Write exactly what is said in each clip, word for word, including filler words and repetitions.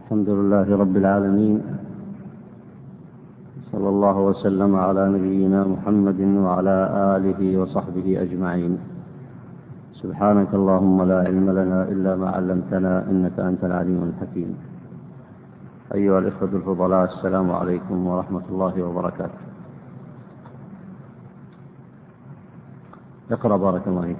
الحمد لله رب العالمين، صلى الله وسلم على نبينا محمد وعلى آله وصحبه أجمعين. سبحانك اللهم لا علم لنا إلا ما علمتنا إنك أنت العليم الحكيم. أيها الإخوة الفضلاء، السلام عليكم ورحمة الله وبركاته. اقرأ بارك الله فيك.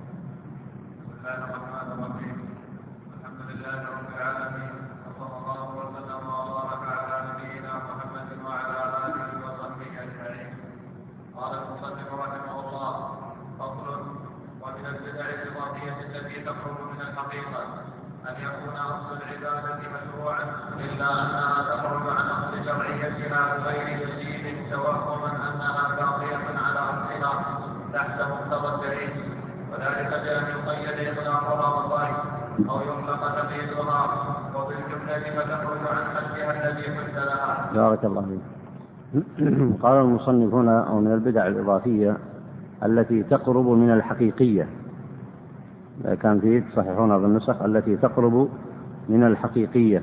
بارك الله فيك. قال المصنف هنا: أو من البدع الإضافية التي تقرب من الحقيقية. كان فيه تصححون بالنسخ التي تقرب من الحقيقية.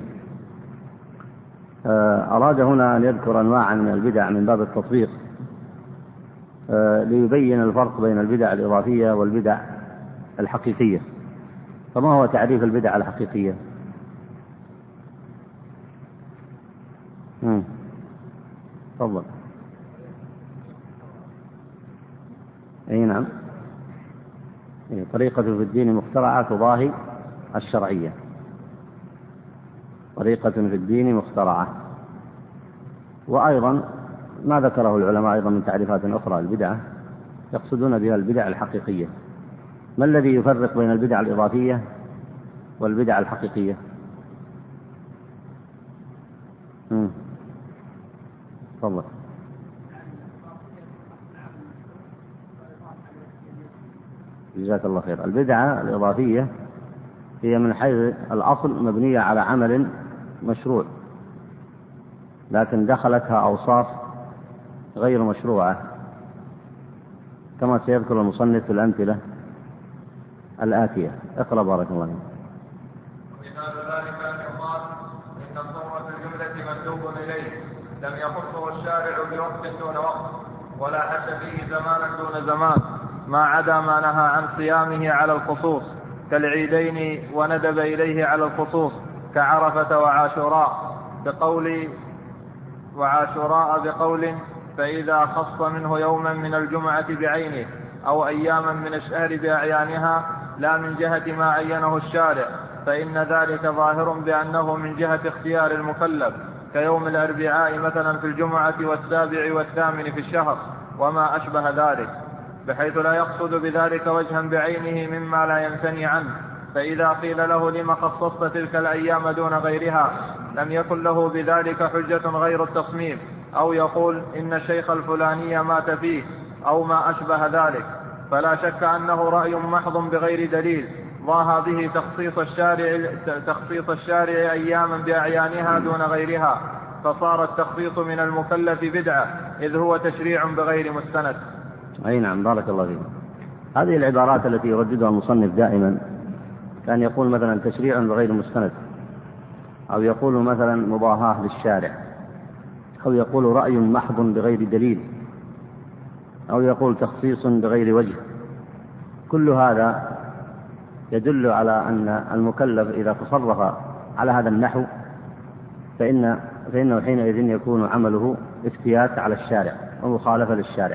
أراد هنا أن يذكر أنواعا من البدع من باب التطبيق ليبين الفرق بين البدع الإضافية والبدع الحقيقية. فما هو تعريف البدع الحقيقية؟ امم تفضل. اي نعم، طريقة في الدين مخترعة تضاهي الشرعية. طريقة في الدين مخترعة. وأيضا ما ذكره العلماء أيضا من تعريفات أخرى البدعة يقصدون بها البدع الحقيقية. ما الذي يفرق بين البدع الإضافية والبدع الحقيقية؟ امم تفضل. جزاك الله خير. البدعة الإضافية هي من حيث الأصل مبنية على عمل مشروع، لكن دخلتها أوصاف غير مشروعة، كما سيذكر المصنف في الأمثلة الآتية. اقرأ بارك الله فيك. ومثال ذلك أن يقال إن الصوم في الجملة مندوب إليه لم يخصه الشارع بوقت دون وقت، ولا حتى فيه زمانا دون زمان، ما عدا ما نهى عن صيامه على الخصوص كالعيدين، وندب إليه على الخصوص كعرفة وعاشوراء بقول وعاشوراء بقول فإذا خص منه يوما من الجمعة بعينه أو أياما من الشهر بأعيانها لا من جهة ما عينه الشارع، فإن ذلك ظاهر بأنه من جهة اختيار المكلف، كيوم الأربعاء مثلا في الجمعة والسابع والثامن في الشهر وما أشبه ذلك، بحيث لا يقصد بذلك وجها بعينه مما لا ينثني عنه. فإذا قيل له لما خصصت تلك الأيام دون غيرها لم يكن له بذلك حجة غير التصميم، أو يقول إن الشيخ الفلاني مات فيه أو ما أشبه ذلك، فلا شك أنه رأي محض بغير دليل ضاهى به تخصيص الشارع, تخصيص الشارع أياما بأعيانها دون غيرها، فصار التخصيص من المكلف بدعة إذ هو تشريع بغير مستند. أي نعم، بارك الله فيك. هذه العبارات التي يرددها المصنف دائما، كان يقول مثلا تشريع بغير مستند، أو يقول مثلا مضاهاة للشارع، أو يقول رأي محض بغير دليل، أو يقول تخصيص بغير وجه. كل هذا يدل على أن المكلف إذا تصرف على هذا النحو فإن فإنه حينئذ يكون عمله افتيات على الشارع ومخالفة للشارع.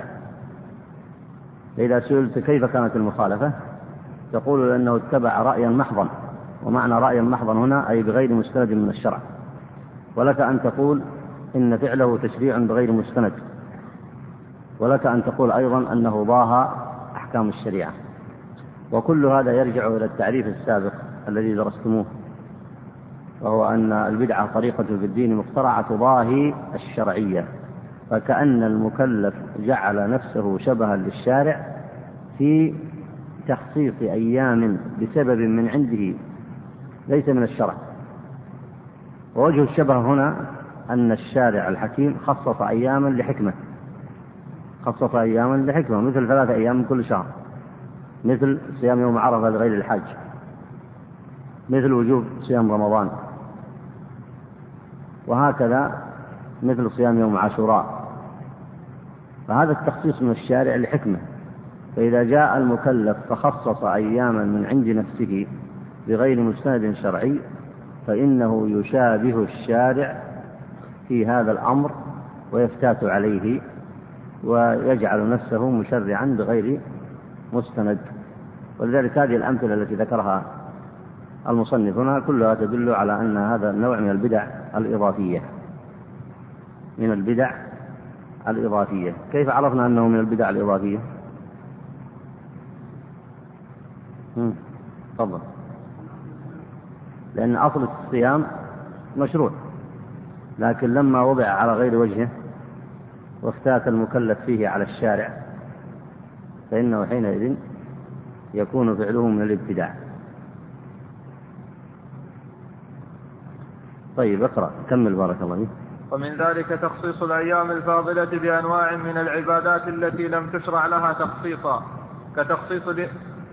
فإذا سئلت كيف كانت المخالفة تقول أنه اتبع رأيا محضا، ومعنى رأيا محضا هنا أي بغير مستند من الشرع. ولك أن تقول إن فعله تشريع بغير مستند، ولك أن تقول أيضا أنه ضاهى أحكام الشريعة. وكل هذا يرجع إلى التعريف السابق الذي درستموه، وهو أن البدعة طريقة في الدين مخترعة تضاهي الشرعية، فكأن المكلف جعل نفسه شبها للشارع في تخصيص أيام بسبب من عنده ليس من الشرع. ووجه الشبه هنا أن الشارع الحكيم خصص أياما لحكمة، خصص أياما لحكمة مثل ثلاثة أيام من كل شهر، مثل صيام يوم عرفة لغير الحاج، مثل وجوب صيام رمضان. وهكذا مثل صيام يوم عاشوراء. فهذا التخصيص من الشارع لحكمة. فإذا جاء المكلف فخصص أياما من عند نفسه بغير مستند شرعي فإنه يشابه الشارع في هذا الأمر ويفتات عليه ويجعل نفسه مشرعا بغير مستند. ولذلك هذه الأمثلة التي ذكرها المصنف هنا كلها تدل على أن هذا النوع من البدع الإضافية من البدع الإضافية. كيف عرفنا أنه من البدع الإضافية؟ تفضل. لأن أصل الصيام مشروع، لكن لما وضع على غير وجهه وافتات المكلف فيه على الشارع فإنه حينئذ يكون فعله من الابتداع. طيب اقرأ كمل بارك الله فيك. ومن ذلك تخصيص الأيام الفاضلة بأنواع من العبادات التي لم تشرع لها تخصيصا، كتخصيص ل...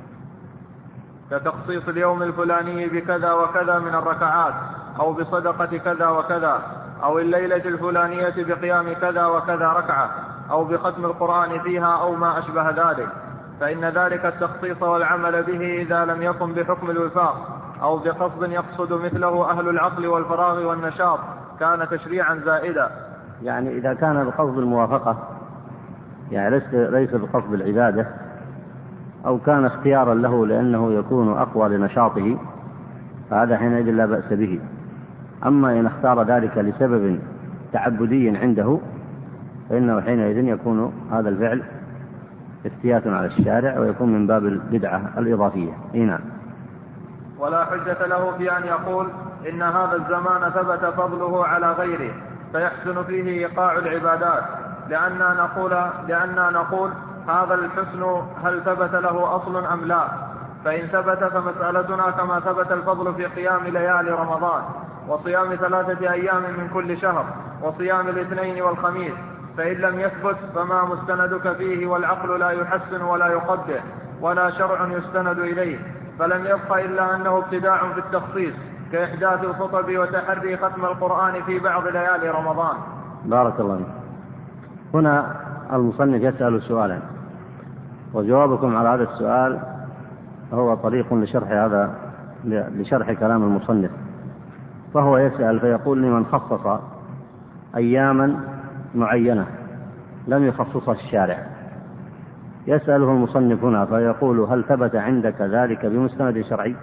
كتخصيص اليوم الفلاني بكذا وكذا من الركعات، أو بصدقة كذا وكذا، أو الليلة الفلانية بقيام كذا وكذا ركعة، أو بختم القرآن فيها، أو ما أشبه ذلك. فإن ذلك التخصيص والعمل به إذا لم يكن بحكم الوفاق أو بقصد يقصد مثله أهل العقل والفراغ والنشاط كان تشريعا زائدا. يعني إذا كان بقصد الموافقة، يعني ليس بقصد العبادة، أو كان اختيارا له لأنه يكون أقوى لنشاطه، فهذا حينئذ لا بأس به. أما إن اختار ذلك لسبب تعبدي عنده فإنه حينئذ يكون هذا الفعل افتيات على الشارع ويكون من باب البدعة الإضافية. نعم. ولا حجة له في أن يقول إن هذا الزمان ثبت فضله على غيره فيحسن فيه إيقاع العبادات، لأننا نقول, لأننا نقول هذا الحسن هل ثبت له أصل أم لا؟ فإن ثبت فمسألتنا كما ثبت الفضل في قيام ليالي رمضان وصيام ثلاثة أيام من كل شهر وصيام الاثنين والخميس. فإن لم يثبت فما مستندك فيه، والعقل لا يحسن ولا يقبح ولا شرع يستند إليه، فلم يبق إلا أنه ابتداع في التخصيص كإحداث الخطب وتحري ختم القرآن في بعض ليالي رمضان. بارك الله فيك. هنا المصنف يسأل سؤالا، وجوابكم على هذا السؤال هو طريق لشرح هذا لشرح كلام المصنف. فهو يسأل فيقول لمن خصص أياما معينة لم يخصصها الشارع، يسأله المصنف هنا فيقول هل ثبت عندك ذلك بمستند شرعي؟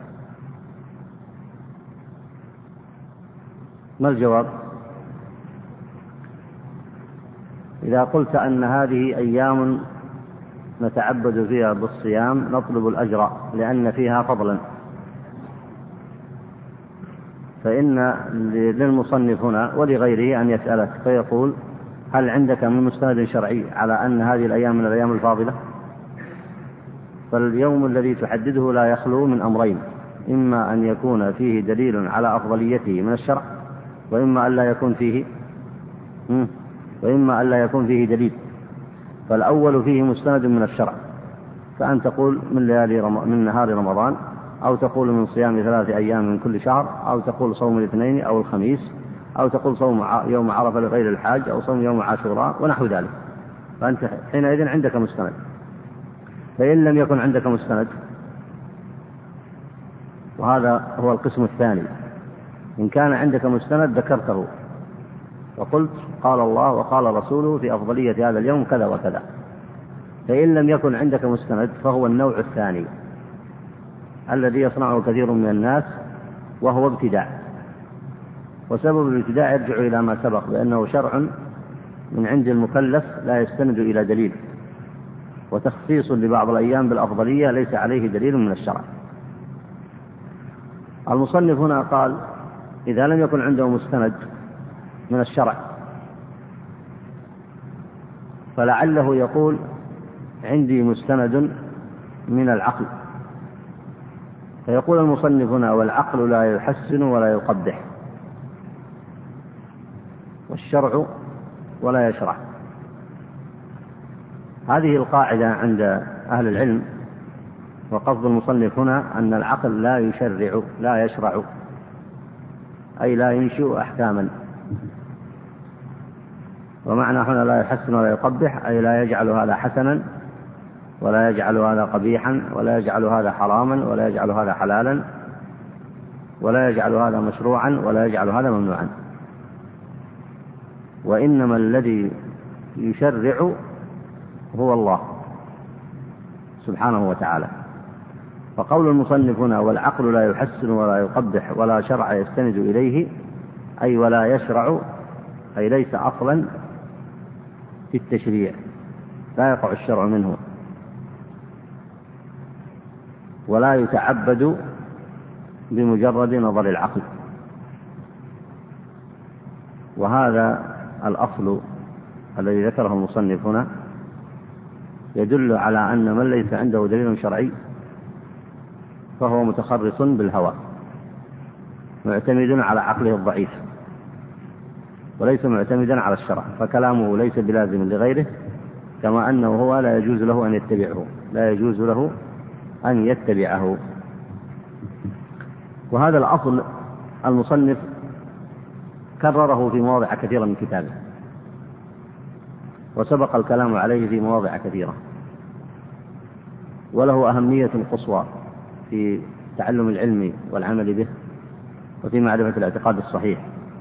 ما الجواب؟ إذا قلت أن هذه أيام نتعبد فيها بالصيام نطلب الأجر لأن فيها فضلا، فإن للمصنف هنا ولغيره أن يسألك فيقول هل عندك من مستند شرعي على أن هذه الأيام من الأيام الفاضلة؟ فاليوم الذي تحدده لا يخلو من أمرين، إما أن يكون فيه دليل على أفضليته من الشرع، وإما أن لا يكون فيه وإما أن لا يكون فيه دليل. فالأول فيه مستند من الشرع، فأن تقول من ليالي رم... من نهار رمضان، أو تقول من صيام ثلاثة أيام من كل شهر، أو تقول صوم الاثنين أو الخميس، أو تقول صوم يوم عرفة لغير الحاج، أو صوم يوم عاشوراء ونحو ذلك، فأنت حينئذ عندك مستند. فإن لم يكن عندك مستند، وهذا هو القسم الثاني، إن كان عندك مستند ذكرته وقلت قال الله وقال رسوله في أفضلية هذا اليوم كذا وكذا. فإن لم يكن عندك مستند فهو النوع الثاني الذي يصنعه كثير من الناس، وهو ابتداع. وسبب الابتداع يرجع إلى ما سبق بأنه شرع من عند المكلف لا يستند إلى دليل، وتخصيص لبعض الأيام بالأفضلية ليس عليه دليل من الشرع. المصنف هنا قال إذا لم يكن عنده مستند من الشرع فلعله يقول عندي مستند من العقل، فيقول المصنف هنا والعقل لا يحسن ولا يقبح والشرع ولا يشرع. هذه القاعدة عند أهل العلم، وقصد المصنف هنا أن العقل لا يشرع لا يشرع أي لا ينشئ أحكاما، ومعنى هنا لا يحسن ولا يقبح أي لا يجعل هذا حسنا ولا يجعل هذا قبيحا ولا يجعل هذا حراما ولا يجعل هذا حلالا ولا يجعل هذا مشروعا ولا يجعل هذا ممنوعا، وإنما الذي يشرع هو الله سبحانه وتعالى. فقول المصنف هنا والعقل لا يحسن ولا يقبح ولا شرع يستند إليه أي ولا يشرع، أي ليس أصلا في التشريع، لا يقع الشرع منه ولا يتعبد بمجرد نظر العقل. وهذا الأصل الذي ذكره المصنف هنا يدل على أن من ليس عنده دليل شرعي فهو متخرص بالهوى معتمد على عقله الضعيف وليس معتمدا على الشرع، فكلامه ليس بلازم لغيره، كما أنه هو لا يجوز له أن يتبعه لا يجوز له أن يتبعه. وهذا الأصل المصنف كرره في مواضع كثيرة من كتابه، وسبق الكلام عليه في مواضع كثيرة، وله أهمية قصوى في تعلم العلم والعمل به وفي معرفة الاعتقاد الصحيح.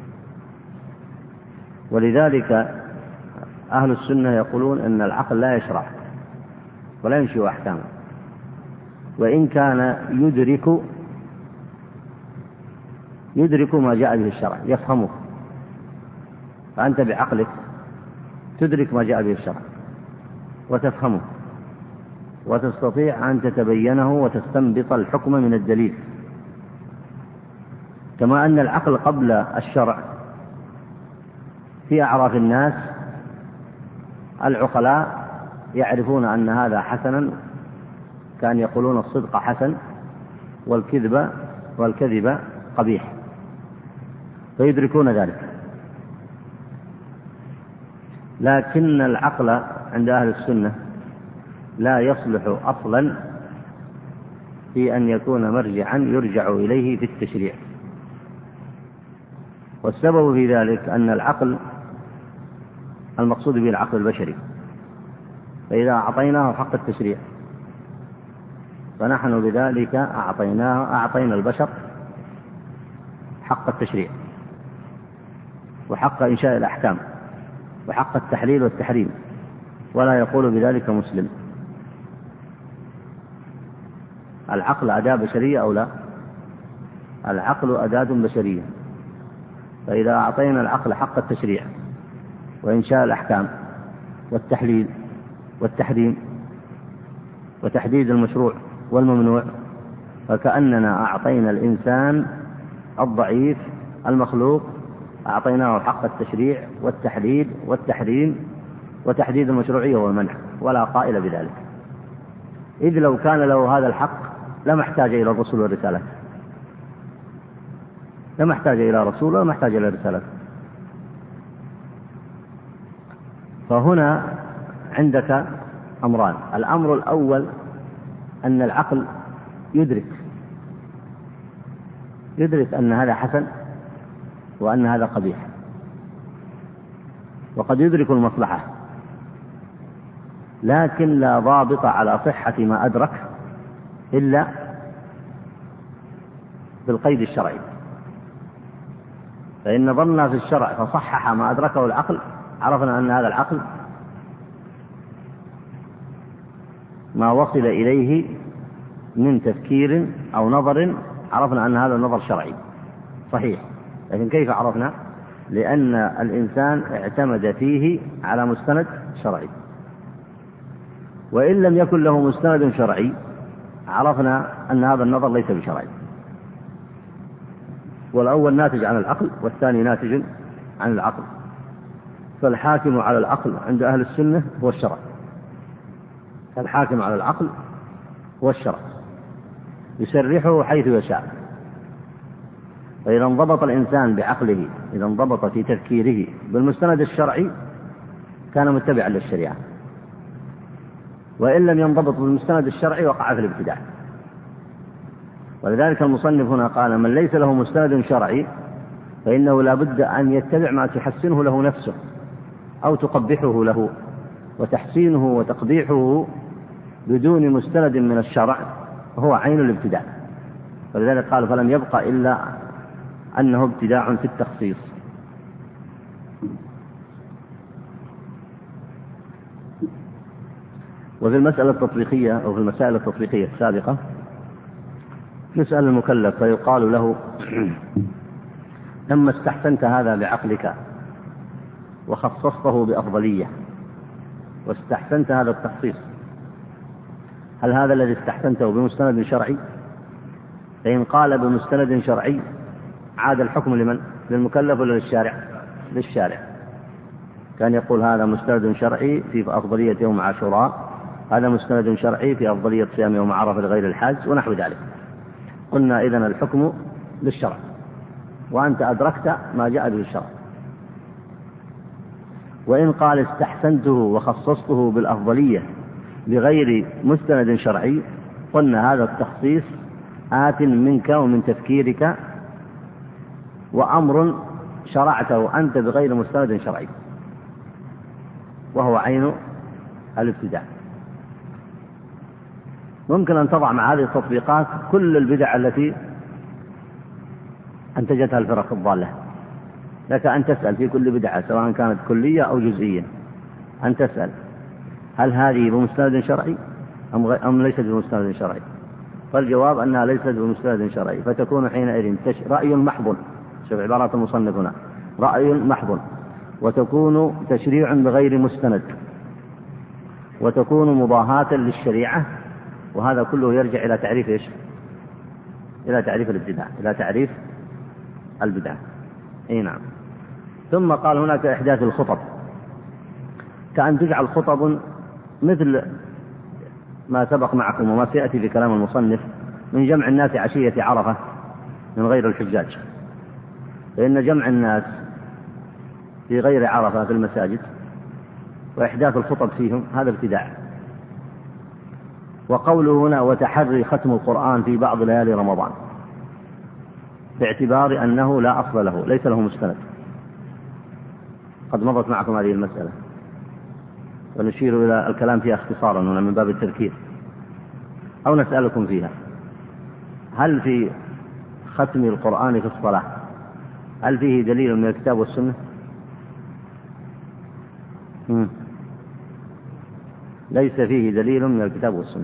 ولذلك أهل السنة يقولون أن العقل لا يشرع ولا ينشئ أحكامه، وإن كان يدرك يدرك ما جاء به الشرع يفهمه، فأنت بعقلك تدرك ما جاء به الشرع وتفهمه وتستطيع أن تتبينه وتستنبط الحكم من الدليل، كما أن العقل قبل الشرع في أعراف الناس العقلاء يعرفون أن هذا حسنا، كان يقولون الصدق حسن والكذب والكذب قبيح، فيدركون ذلك. لكن العقل عند أهل السنة لا يصلح أصلا في أن يكون مرجعا يرجع إليه في التشريع. والسبب في ذلك أن العقل المقصود به العقل البشري، فإذا أعطيناه حق التشريع فنحن بذلك أعطيناه أعطينا البشر حق التشريع وحق إنشاء الأحكام وحق التحليل والتحريم، ولا يقول بذلك مسلم. العقل أداة بشرية أو لا؟ العقل أداة بشرية، فإذا أعطينا العقل حق التشريع وإنشاء الأحكام والتحليل والتحريم وتحديد المشروع والممنوع، فكأننا أعطينا الإنسان الضعيف المخلوق أعطيناه حق التشريع والتحليل والتحريم وتحديد المشروعية والمنع، ولا قائل بذلك، إذ لو كان له هذا الحق لما احتاج إلى الرسول والرسالة، لما احتاج إلى رسول وما احتاج إلى رسالة. فهنا عندك أمران: الأمر الأول أن العقل يدرك يدرك أن هذا حسن وأن هذا قبيح، وقد يدرك المصلحة، لكن لا ضابط على صحة ما أدرك إلا بالقيد الشرعي. فإن ظننا في الشرع فصحح ما أدركه العقل، عرفنا أن هذا العقل ما وصل إليه من تفكير أو نظر، عرفنا أن هذا النظر شرعي صحيح. لكن كيف عرفنا؟ لأن الإنسان اعتمد فيه على مستند شرعي، وإن لم يكن له مستند شرعي عرفنا أن هذا النظر ليس بشرعي، والأول ناتج عن العقل والثاني ناتج عن العقل. فالحاكم على العقل عند أهل السنة هو الشرع، الحاكم على العقل هو الشرع يسرحه حيث يشاء. فإذا انضبط الإنسان بعقله، إذا انضبط في تفكيره بالمستند الشرعي كان متبعا للشريعة، وإن لم ينضبط بالمستند الشرعي وقع في الابتداع. ولذلك المصنف هنا قال: من ليس له مستند شرعي فإنه لا بد أن يتبع ما تحسنه له نفسه أو تقبحه له، وتحسينه وتقبيحه بدون مستند من الشرع هو عين الابتداع. فلذلك قال فلم يبقى إلا أنه ابتداع في التخصيص. وفي المسألة التطبيقية أو في المسائل التطبيقية السابقة يسأل المكلف فيقال له لما استحسنت هذا بعقلك وخصصته بأفضلية واستحسنت هذا التخصيص، هل هذا الذي استحسنته بمستند شرعي؟ فإن قال بمستند شرعي عاد الحكم لمن؟ للمكلف ولا للشارع؟ للشارع. كان يقول هذا مستند شرعي في أفضلية يوم عاشوراء، هذا مستند شرعي في أفضلية صيام يوم عرفة لغير الحاج ونحو ذلك. قلنا إذن الحكم للشرع، وأنت أدركت ما جاء به الشرع. وإن قال استحسنته وخصصته بالأفضلية بغير مستند شرعي، قلنا هذا التخصيص آت منك ومن تفكيرك، وأمر شرعته أنت بغير مستند شرعي، وهو عين الابتداع. ممكن أن تضع مع هذه التطبيقات كل البدع التي أنتجتها الفرق الضالة، لك أن تسأل في كل بدعة سواء كانت كلية أو جزئية، أن تسأل هل هذه بمستند شرعي أم, غ... أم ليست بمستند شرعي؟ فالجواب أنها ليست بمستند شرعي، فتكون حينئذ تش... رأي محض. شوف عبارات المصنف هنا، رأي محض، وتكون تشريع بغير مستند، وتكون مضاهاة للشريعة. وهذا كله يرجع إلى تعريف إيش؟ إلى تعريف الابتداع، إلى تعريف البدعة. أي نعم. ثم قال هناك إحداث الخطب، كأن تجعل خطب مثل ما سبق معكم وما سيأتي في كلام المصنف من جمع الناس عشية عرفة من غير الحجاج، فإن جمع الناس في غير عرفة في المساجد وإحداث الخطب فيهم هذا ابتداع. وقوله هنا وتحري ختم القرآن في بعض ليالي رمضان باعتبار أنه لا أصل له، ليس له مستند. قد مضت معكم هذه المسألة ونشير إلى الكلام فيها اختصارا هنا من باب التذكير، أو نسألكم فيها. هل في ختم القرآن في الصلاة هل فيه دليل من الكتاب والسنة؟ مم. ليس فيه دليل من الكتاب والسنة.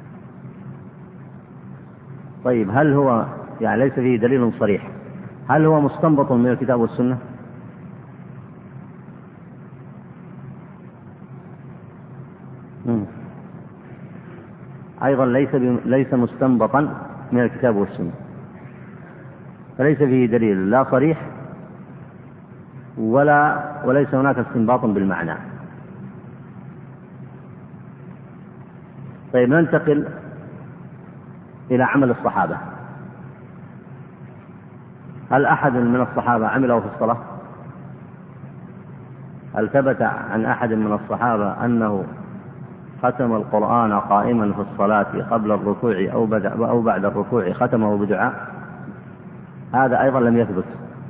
طيب هل هو يعني ليس فيه دليل صريح، هل هو مستنبط من الكتاب والسنة؟ مم. أيضا ليس ليس مستنبطا من الكتاب والسنة، فليس فيه دليل لا صريح ولا وليس هناك استنباط بالمعنى. طيب ننتقل إلى عمل الصحابة. هل أحد من الصحابة عمله في الصلاة؟ هل ثبت عن أحد من الصحابة أنه ختم القرآن قائما في الصلاة قبل الركوع أو بعد الركوع ختمه بدعاء؟ هذا أيضا لم يثبت،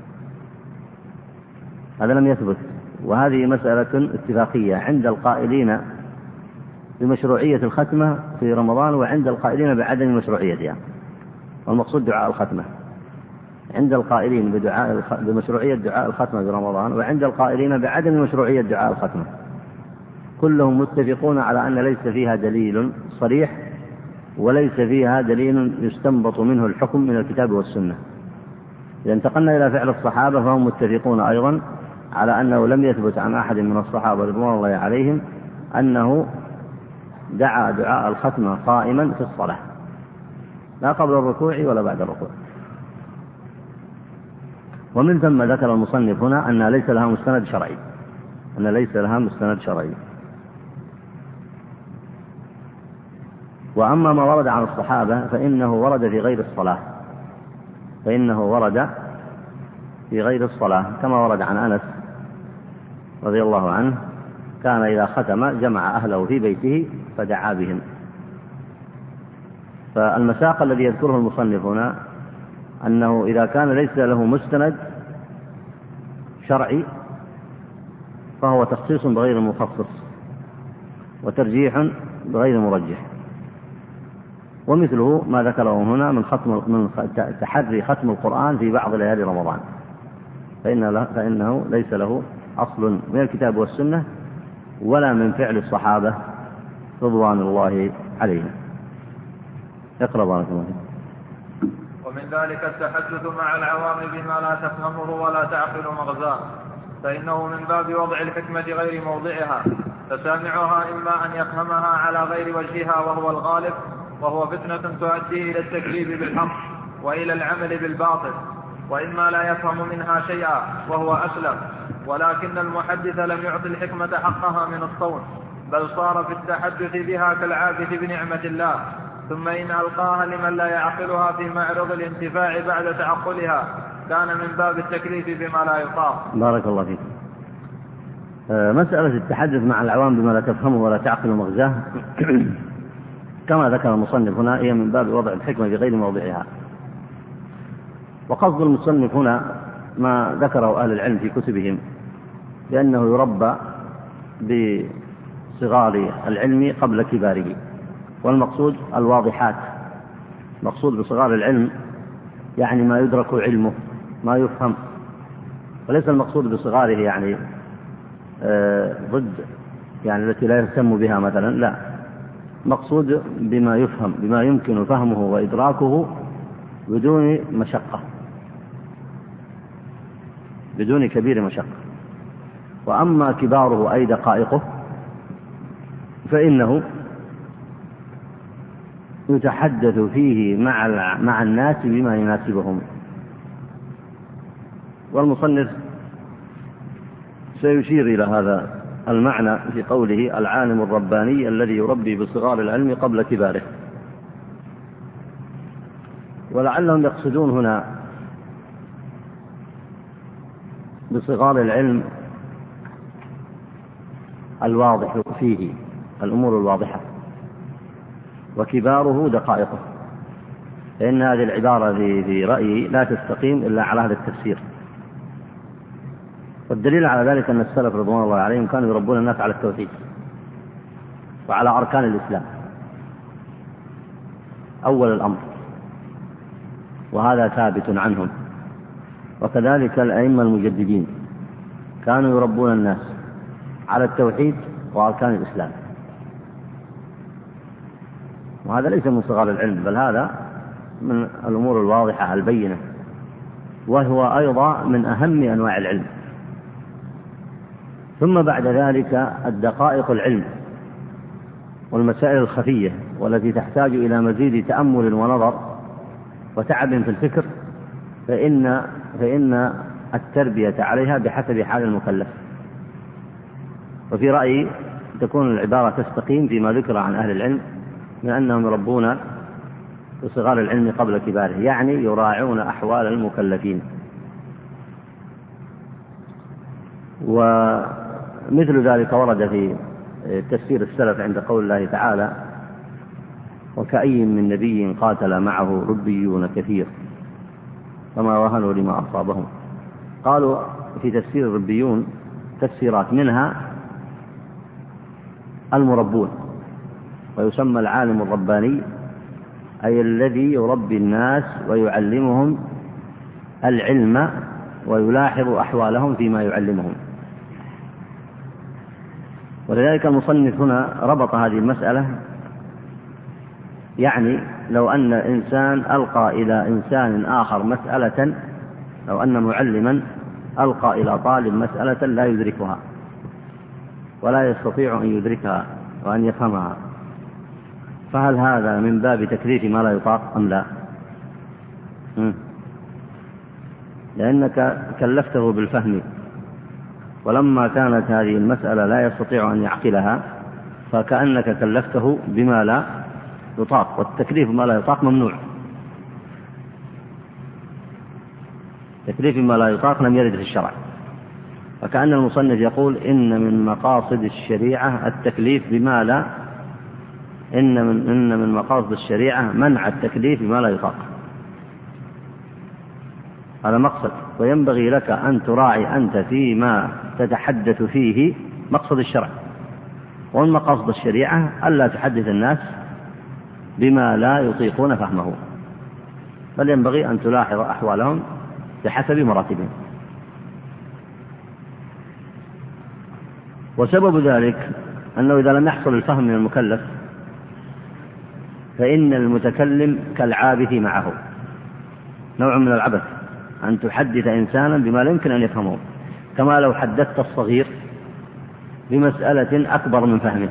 هذا لم يثبت. وهذه مسألة اتفاقية عند القائلين بمشروعية الختمة في رمضان وعند القائلين بعدم مشروعيتها. والمقصود دعاء الختمة، عند القائلين بدعاء بمشروعية دعاء الختمة في رمضان وعند القائلين بعدم مشروعية دعاء الختمة، كلهم متفقون على أن ليس فيها دليل صريح وليس فيها دليل يستنبط منه الحكم من الكتاب والسنة. إذا انتقلنا إلى فعل الصحابة فهم متفقون أيضا على أنه لم يثبت عن أحد من الصحابة رضوان الله عليهم أنه دعا دعاء الختمة قائما في الصلاة، لا قبل الركوع ولا بعد الركوع. ومن ثم ذكر المصنف هنا أن ليس لها مستند شرعي، أن ليس لها مستند شرعي. وأما ما ورد عن الصحابة فإنه ورد في غير الصلاة، فإنه ورد في غير الصلاة كما ورد عن أنس رضي الله عنه كان إذا ختم جمع أهله في بيته فدعا بهم. فالمساق الذي يذكره المصنف هنا أنه إذا كان ليس له مستند الشرع فهو تخصيص بغير مخصص وترجيح بغير مرجح، ومثله ما ذكره هنا من ختم من تحري ختم القرآن في بعض ليالي رمضان، فإن فإنه ليس له أصل من الكتاب والسنة ولا من فعل الصحابة رضوان الله عليهم. اقرأ بارك الله فيك. ومن ذلك التحدث مع العوام بما لا تفهمه ولا تعقل مغزاه، فإنه من باب وضع الحكمة غير موضعها، فسامعها إما أن يفهمها على غير وجهها وهو الغالب، وهو فتنة تؤدي إلى التكذيب بالحق وإلى العمل بالباطل، وإما لا يفهم منها شيئا وهو أسلم. ولكن المحدث لم يعطي الحكمة حقها من الصون، بل صار في التحدث بها كالعابث بنعمة الله، ثم إن ألقاها لمن لا يعقلها في معرض الانتفاع بعد تعقلها كان من باب التكليف بما لا يطاق. بارك الله فيك. مسألة التحدث مع العوام بما لا تفهمه ولا تعقل مغزاه كما ذكر المصنف هنا هي من باب وضع الحكمة في غير موضعها. وقصد المصنف هنا ما ذكره أهل العلم في كتبهم بأنه يربى بصغار العلم قبل كباره، والمقصود الواضحات. مقصود بصغار العلم يعني ما يدرك علمه، ما يفهم، وليس المقصود بصغاره يعني آه ضد يعني التي لا يهتم بها مثلا، لا، مقصود بما يفهم، بما يمكن فهمه وإدراكه بدون مشقة، بدون كبير مشقة. وأما كباره أي دقائقه فإنه يتحدث فيه مع مع الناس بما يناسبهم. والمصنف سيشير إلى هذا المعنى في قوله العالم الرباني الذي يربي بصغار العلم قبل كباره. ولعلهم يقصدون هنا بصغار العلم الواضح فيه، الأمور الواضحة، وكباره دقائقه، فإن هذه العبارة في رأيي لا تستقيم إلا على هذا التفسير. والدليل على ذلك أن السلف رضوان الله عليهم كانوا يربون الناس على التوحيد وعلى أركان الإسلام أول الأمر، وهذا ثابت عنهم. وكذلك الأئمة المجددين كانوا يربون الناس على التوحيد وأركان الإسلام، وهذا ليس من صغار العلم، بل هذا من الأمور الواضحة البينة، وهو أيضا من أهم أنواع العلم. ثم بعد ذلك الدقائق العلم والمسائل الخفية والتي تحتاج إلى مزيد تأمل ونظر وتعب في الفكر، فإن, فإن التربية عليها بحسب حال المكلف. وفي رأيي تكون العبارة تستقيم فيما ذكر عن أهل العلم من أنهم يربون بصغار العلم قبل كباره، يعني يراعون أحوال المكلفين. ومثل ذلك ورد في تفسير السلف عند قول الله تعالى وكأي من نبي قاتل معه ربيون كثير فما وهنوا لما أصابهم. قالوا في تفسير الربيون تفسيرات، منها المربون، ويسمى العالم الرباني أي الذي يربي الناس ويعلمهم العلم ويلاحظ أحوالهم فيما يعلمهم. ولذلك المصنف هنا ربط هذه المسألة، يعني لو أن إنسان ألقى إلى إنسان آخر مسألة، لو أن معلما ألقى إلى طالب مسألة لا يدركها ولا يستطيع أن يدركها وأن يفهمها، فهل هذا من باب تكليف ما لا يطاق أم لا؟ م? لأنك كلفته بالفهم، ولما كانت هذه المسألة لا يستطيع أن يعقلها فكأنك كلفته بما لا يطاق، والتكليف ما لا يطاق ممنوع. تكليف ما لا يطاق لم يرد في الشرع، فكأن المصنف يقول إن من مقاصد الشريعة التكليف بما لا إن من, إن من مقاصد الشريعة منع التكليف بما لا يطاق. هذا مقصد، وينبغي لك أن تراعي أنت فيما تتحدث فيه مقصد الشرع، ومن مقاصد الشريعة ألا تحدث الناس بما لا يطيقون فهمه، بل ينبغي أن تلاحظ أحوالهم بحسب مراتبهم. وسبب ذلك أنه إذا لم يحصل الفهم من المكلف فإن المتكلم كالعابث معه، نوع من العبث أن تحدث إنسانا بما لا يمكن أن يفهمه، كما لو حدثت الصغير بمسألة أكبر من فهمه.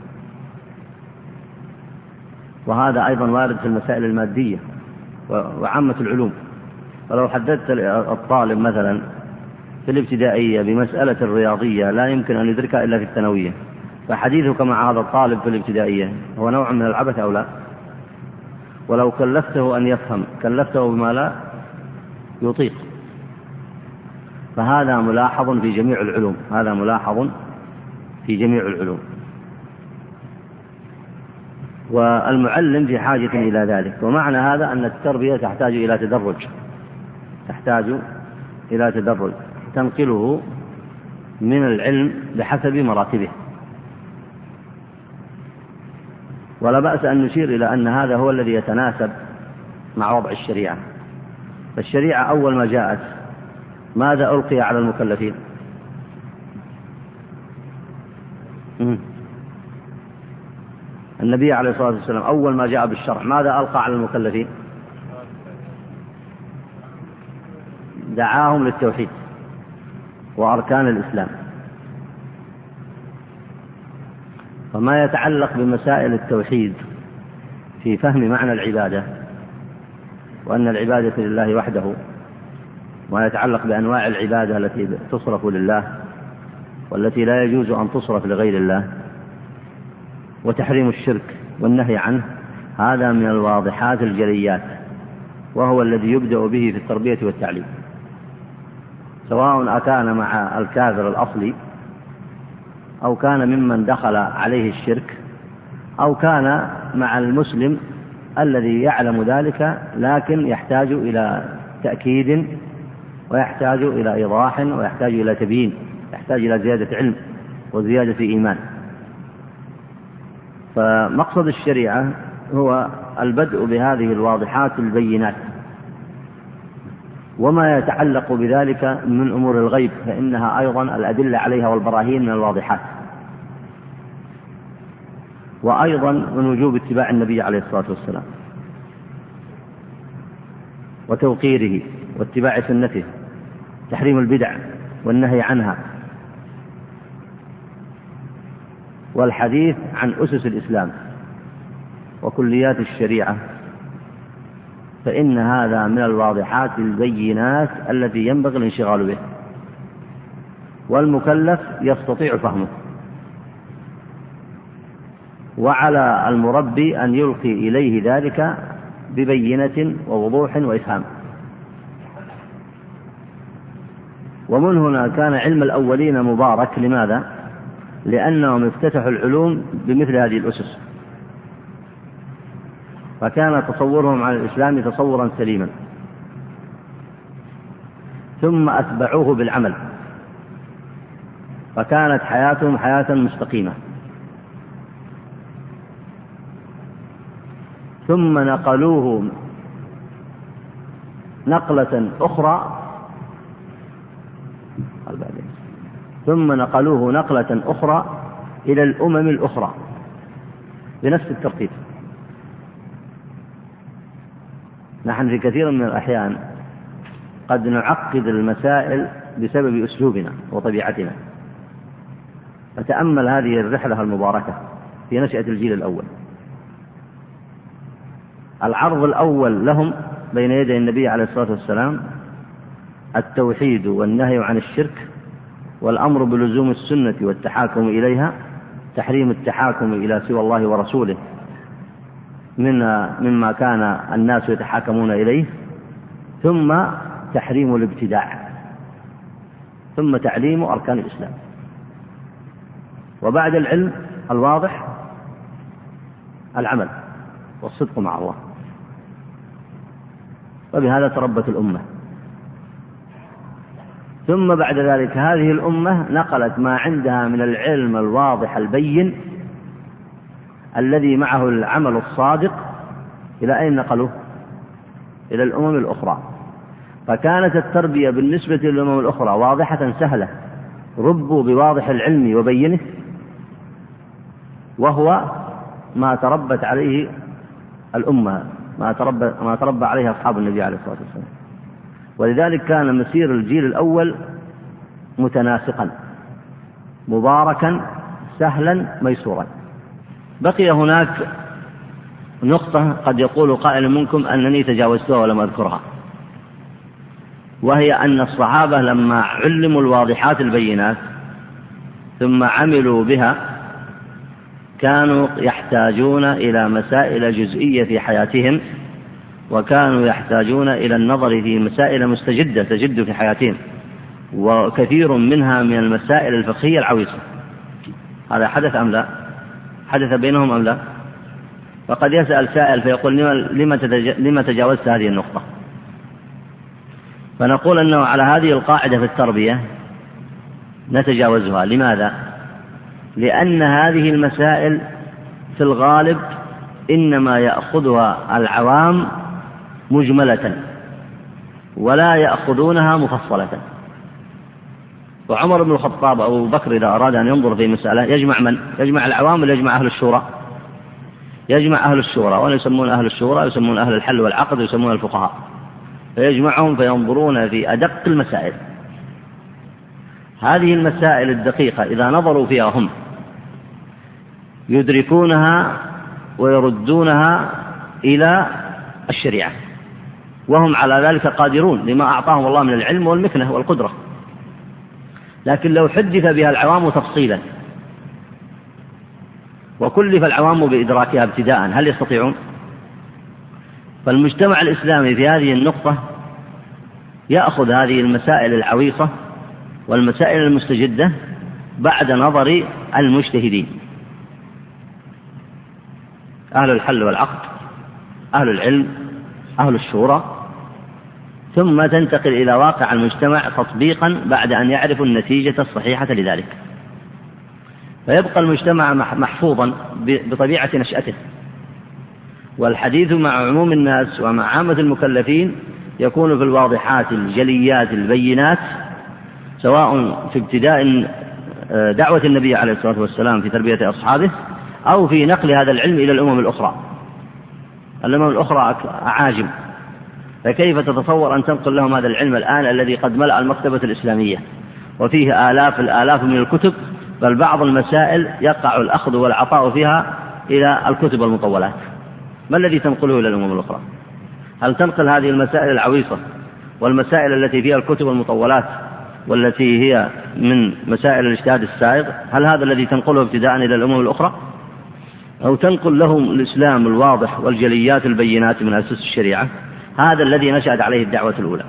وهذا أيضا وارد في المسائل المادية وعامة العلوم. ولو حدثت الطالب مثلا في الابتدائية بمسألة الرياضية لا يمكن أن يدركها إلا في الثانوية، فحديثك مع هذا الطالب في الابتدائية هو نوع من العبث أو لا؟ ولو كلفته أن يفهم كلفته بما لا يطيق. فهذا ملاحظ في جميع العلوم، هذا ملاحظ في جميع العلوم. والمعلم في حاجة إلى ذلك. ومعنى هذا أن التربية تحتاج إلى تدرج، تحتاج إلى تدرج تنقله من العلم بحسب مراتبه. ولا بأس أن نشير إلى أن هذا هو الذي يتناسب مع وضع الشريعة. فالشريعة أول ما جاءت ماذا ألقي على المكلفين؟ النبي عليه الصلاة والسلام أول ما جاء بالشرع ماذا ألقى على المكلفين؟ دعاهم للتوحيد وأركان الإسلام. فما يتعلق بمسائل التوحيد في فهم معنى العبادة وأن العبادة لله وحده، وما يتعلق بأنواع العبادة التي تصرف لله والتي لا يجوز أن تصرف لغير الله، وتحريم الشرك والنهي عنه، هذا من الواضحات الجليات، وهو الذي يبدأ به في التربية والتعليم، سواء أكان مع الكافر الأصلي أو كان ممن دخل عليه الشرك أو كان مع المسلم الذي يعلم ذلك لكن يحتاج إلى تأكيد ويحتاج إلى إيضاح ويحتاج إلى تبيين، يحتاج إلى زيادة علم وزيادة إيمان. فمقصد الشريعة هو البدء بهذه الواضحات البينات، وما يتعلق بذلك من أمور الغيب فإنها أيضا الأدلة عليها والبراهين من الواضحات، وأيضا من وجوب اتباع النبي عليه الصلاة والسلام وتوقيره واتباع سنته، تحريم البدع والنهي عنها، والحديث عن أسس الإسلام وكليات الشريعة، فإن هذا من الواضحات البينات التي ينبغي الانشغال به، والمكلف يستطيع فهمه، وعلى المربي أن يلقي إليه ذلك ببينة ووضوح وإفهام. ومن هنا كان علم الأولين مبارك. لماذا؟ لأنهم افتتحوا العلوم بمثل هذه الأسس، فكان تصورهم على الإسلام تصورا سليما، ثم أتبعوه بالعمل، فكانت حياتهم حياة مستقيمة، ثم نقلوه نقلة أخرى ثم نقلوه نقلة أخرى إلى الأمم الأخرى بنفس الترتيب. نحن في كثير من الأحيان قد نعقد المسائل بسبب أسلوبنا وطبيعتنا، فتأمل هذه الرحلة المباركة في نشأة الجيل الأول. العرض الأول لهم بين يدي النبي عليه الصلاة والسلام التوحيد والنهي عن الشرك والأمر بلزوم السنة والتحاكم إليها، تحريم التحاكم إلى سوى الله ورسوله من مما كان الناس يتحاكمون إليه، ثم تحريم الابتداع، ثم تعليم أركان الإسلام. وبعد العلم الواضح العمل والصدق مع الله. وبهذا تربت الأمة. ثم بعد ذلك هذه الأمة نقلت ما عندها من العلم الواضح البين الذي معه العمل الصادق إلى أين نقلوه؟ إلى الأمم الأخرى. فكانت التربية بالنسبة للأمم الأخرى واضحة سهلة، ربوا بواضح العلم وبينه، وهو ما تربت عليه الأمة، ما تربى, ما تربى عليه أصحاب النبي عليه الصلاة والسلام. ولذلك كان مسير الجيل الأول متناسقا مباركا سهلا ميسورا. بقي هناك نقطة قد يقول قائل منكم أنني تجاوزتها ولم أذكرها، وهي أن الصحابة لما علموا الواضحات البينات ثم عملوا بها كانوا يحتاجون إلى مسائل جزئية في حياتهم، وكانوا يحتاجون إلى النظر في مسائل مستجدة تجد في حياتهم، وكثير منها من المسائل الفقهية العويصة. هذا حدث أم لا؟ حدث بينهم أم لا؟ فقد يسأل سائل فيقول لما تجاوزت هذه النقطة؟ فنقول أنه على هذه القاعدة في التربية نتجاوزها. لماذا؟ لأن هذه المسائل في الغالب إنما يأخذها العوام مجملة ولا يأخذونها مفصلة. وعمر بن الخطاب أو أبو بكر إذا أراد أن ينظر في مسألة يجمع من؟ يجمع العوام ولا يجمع أهل الشورى؟ يجمع أهل الشورى، ولا يسمون أهل الشورى يسمون أهل الحل والعقد ويسمون الفقهاء، فيجمعهم فينظرون في أدق المسائل. هذه المسائل الدقيقة إذا نظروا فيها هم يدركونها ويردونها إلى الشريعة، وهم على ذلك قادرون لما أعطاهم الله من العلم والمكنة والقدرة. لكن لو حدث بها العوام تفصيلا وكلف العوام بإدراكها ابتداء هل يستطيعون؟ فالمجتمع الإسلامي في هذه النقطة يأخذ هذه المسائل العويصة والمسائل المستجدة بعد نظر المجتهدين، أهل الحل والعقد، أهل العلم، أهل الشورى، ثم تنتقل إلى واقع المجتمع تطبيقا بعد أن يعرفوا النتيجة الصحيحة لذلك. فيبقى المجتمع محفوظا بطبيعة نشأته، والحديث مع عموم الناس ومع عامة المكلفين يكون في الواضحات الجليات البينات، سواء في ابتداء دعوة النبي عليه الصلاة والسلام في تربية أصحابه أو في نقل هذا العلم إلى الأمم الأخرى. الأمم الأخرى أعاجم، فكيف تتصور أن تنقل لهم هذا العلم الآن الذي قد ملأ المكتبة الإسلامية وفيه آلاف الآلاف من الكتب، بل بعض المسائل يقع الأخذ والعطاء فيها إلى الكتب المطولات؟ ما الذي تنقله إلى الأمم الأخرى؟ هل تنقل هذه المسائل العويصة والمسائل التي فيها الكتب المطولات والتي هي من مسائل الاجتهاد السائغ، هل هذا الذي تنقله ابتداء إلى الأمم الأخرى؟ أو تنقل لهم الإسلام الواضح والجليات البينات من أساس الشريعة؟ هذا الذي نشأت عليه الدعوة الأولى.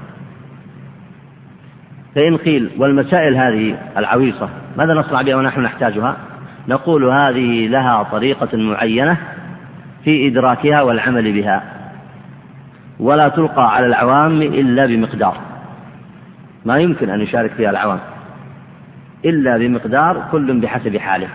فإن قيل والمسائل هذه العويصة ماذا نصنع بها ونحن نحتاجها؟ نقول هذه لها طريقة معينة في إدراكها والعمل بها، ولا تلقى على العوام إلا بمقدار، ما يمكن أن يشارك فيها العوام إلا بمقدار، كل بحسب حاله.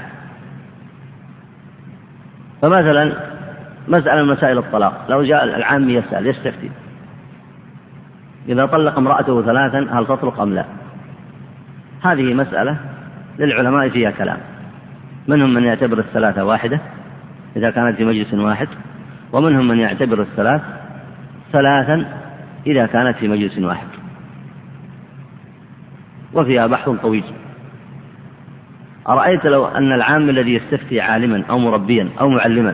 فمثلا مسألة مسائل الطلاق، لو جاء العام يسأل يستفتي إذا طلق امرأته ثلاثا هل تطلق أم لا؟ هذه مسألة للعلماء فيها كلام، منهم من يعتبر الثلاثة واحدة إذا كانت في مجلس واحد، ومنهم من يعتبر الثلاث ثلاثا إذا كانت في مجلس واحد، وفيها بحث طويل. أرأيت لو أن العام الذي يستفتي عالما أو مربيا أو معلما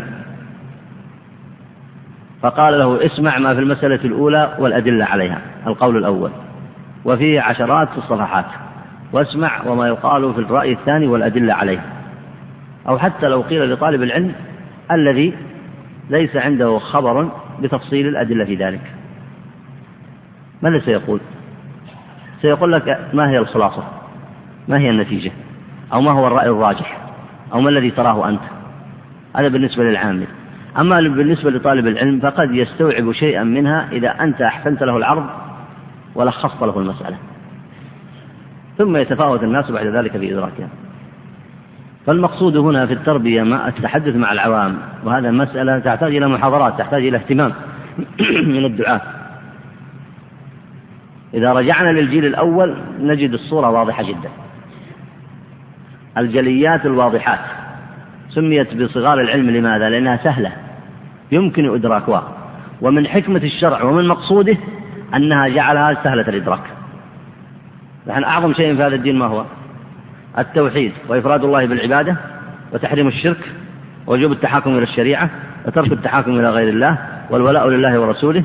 فقال له اسمع ما في المسألة الأولى والأدلة عليها، القول الأول وفيه عشرات الصفحات، واسمع وما يقال في الرأي الثاني والأدلة عليه. أو حتى لو قيل لطالب العلم الذي ليس عنده خبر بتفصيل الأدلة في ذلك، ماذا سيقول؟ سيقول لك ما هي الخلاصة، ما هي النتيجة، أو ما هو الرأي الراجح، أو ما الذي تراه أنت. هذا بالنسبة للعامل. أما بالنسبة لطالب العلم فقد يستوعب شيئا منها إذا أنت أحسنت له العرض ولخصت له المسألة. ثم يتفاوت الناس بعد ذلك في إدراكها. فالمقصود هنا في التربية ما التحدث مع العوام، وهذا مسألة تحتاج إلى محاضرات، تحتاج إلى اهتمام من الدعاة. إذا رجعنا للجيل الأول نجد الصورة واضحة جدا. الجليات الواضحات سميت بصغار العلم، لماذا؟ لأنها سهلة يمكن إدراكها، ومن حكمة الشرع ومن مقصوده أنها جعلها سهلة الإدراك. نحن أعظم شيء في هذا الدين ما هو؟ التوحيد وإفراد الله بالعبادة وتحريم الشرك ووجوب التحاكم إلى الشريعة وترك التحاكم إلى غير الله والولاء لله ورسوله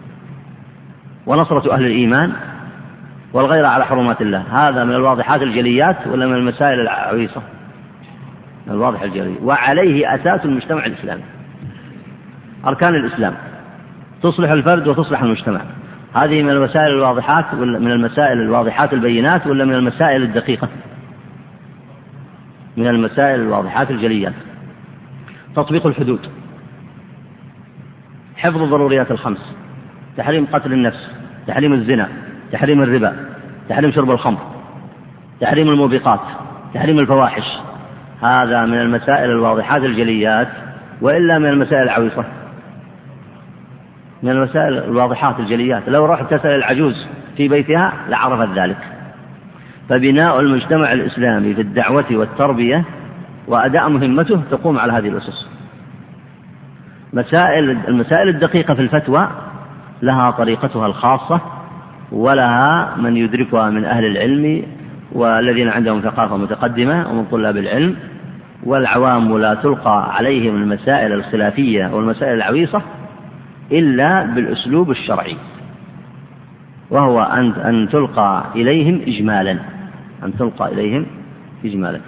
ونصرة أهل الإيمان والغيرة على حرمات الله. هذا من الواضحات الجليات ولا من المسائل العويصة؟ من الواضح الجلي، وعليه أساس المجتمع الإسلامي. أركان الإسلام تصلح الفرد وتصلح المجتمع. هذه من المسائل الواضحات ولا من المسائل الواضحات البينات ولا من المسائل الدقيقة؟ من المسائل الواضحات الجليات. تطبيق الحدود، حفظ الضروريات الخمس، تحريم قتل النفس، تحريم الزنا، تحريم الربا، تحريم شرب الخمر، تحريم الموبقات، تحريم الفواحش. هذا من المسائل الواضحات الجليات، وإلا من المسائل العويصة؟ من المسائل الواضحات الجليات. لو رحت تسأل العجوز في بيتها لعرفت ذلك. فبناء المجتمع الإسلامي في الدعوة والتربية وأداء مهمته تقوم على هذه الأسس. مسائل المسائل الدقيقة في الفتوى لها طريقتها الخاصة، ولها من يدركها من أهل العلم والذين عندهم ثقافة متقدمة ومن طلاب العلم، والعوام لا تلقى عليهم المسائل الخلافية والمسائل العويصة إلا بالأسلوب الشرعي، وهو أن أن تلقى إليهم إجمالا أن تلقى إليهم إجمالا.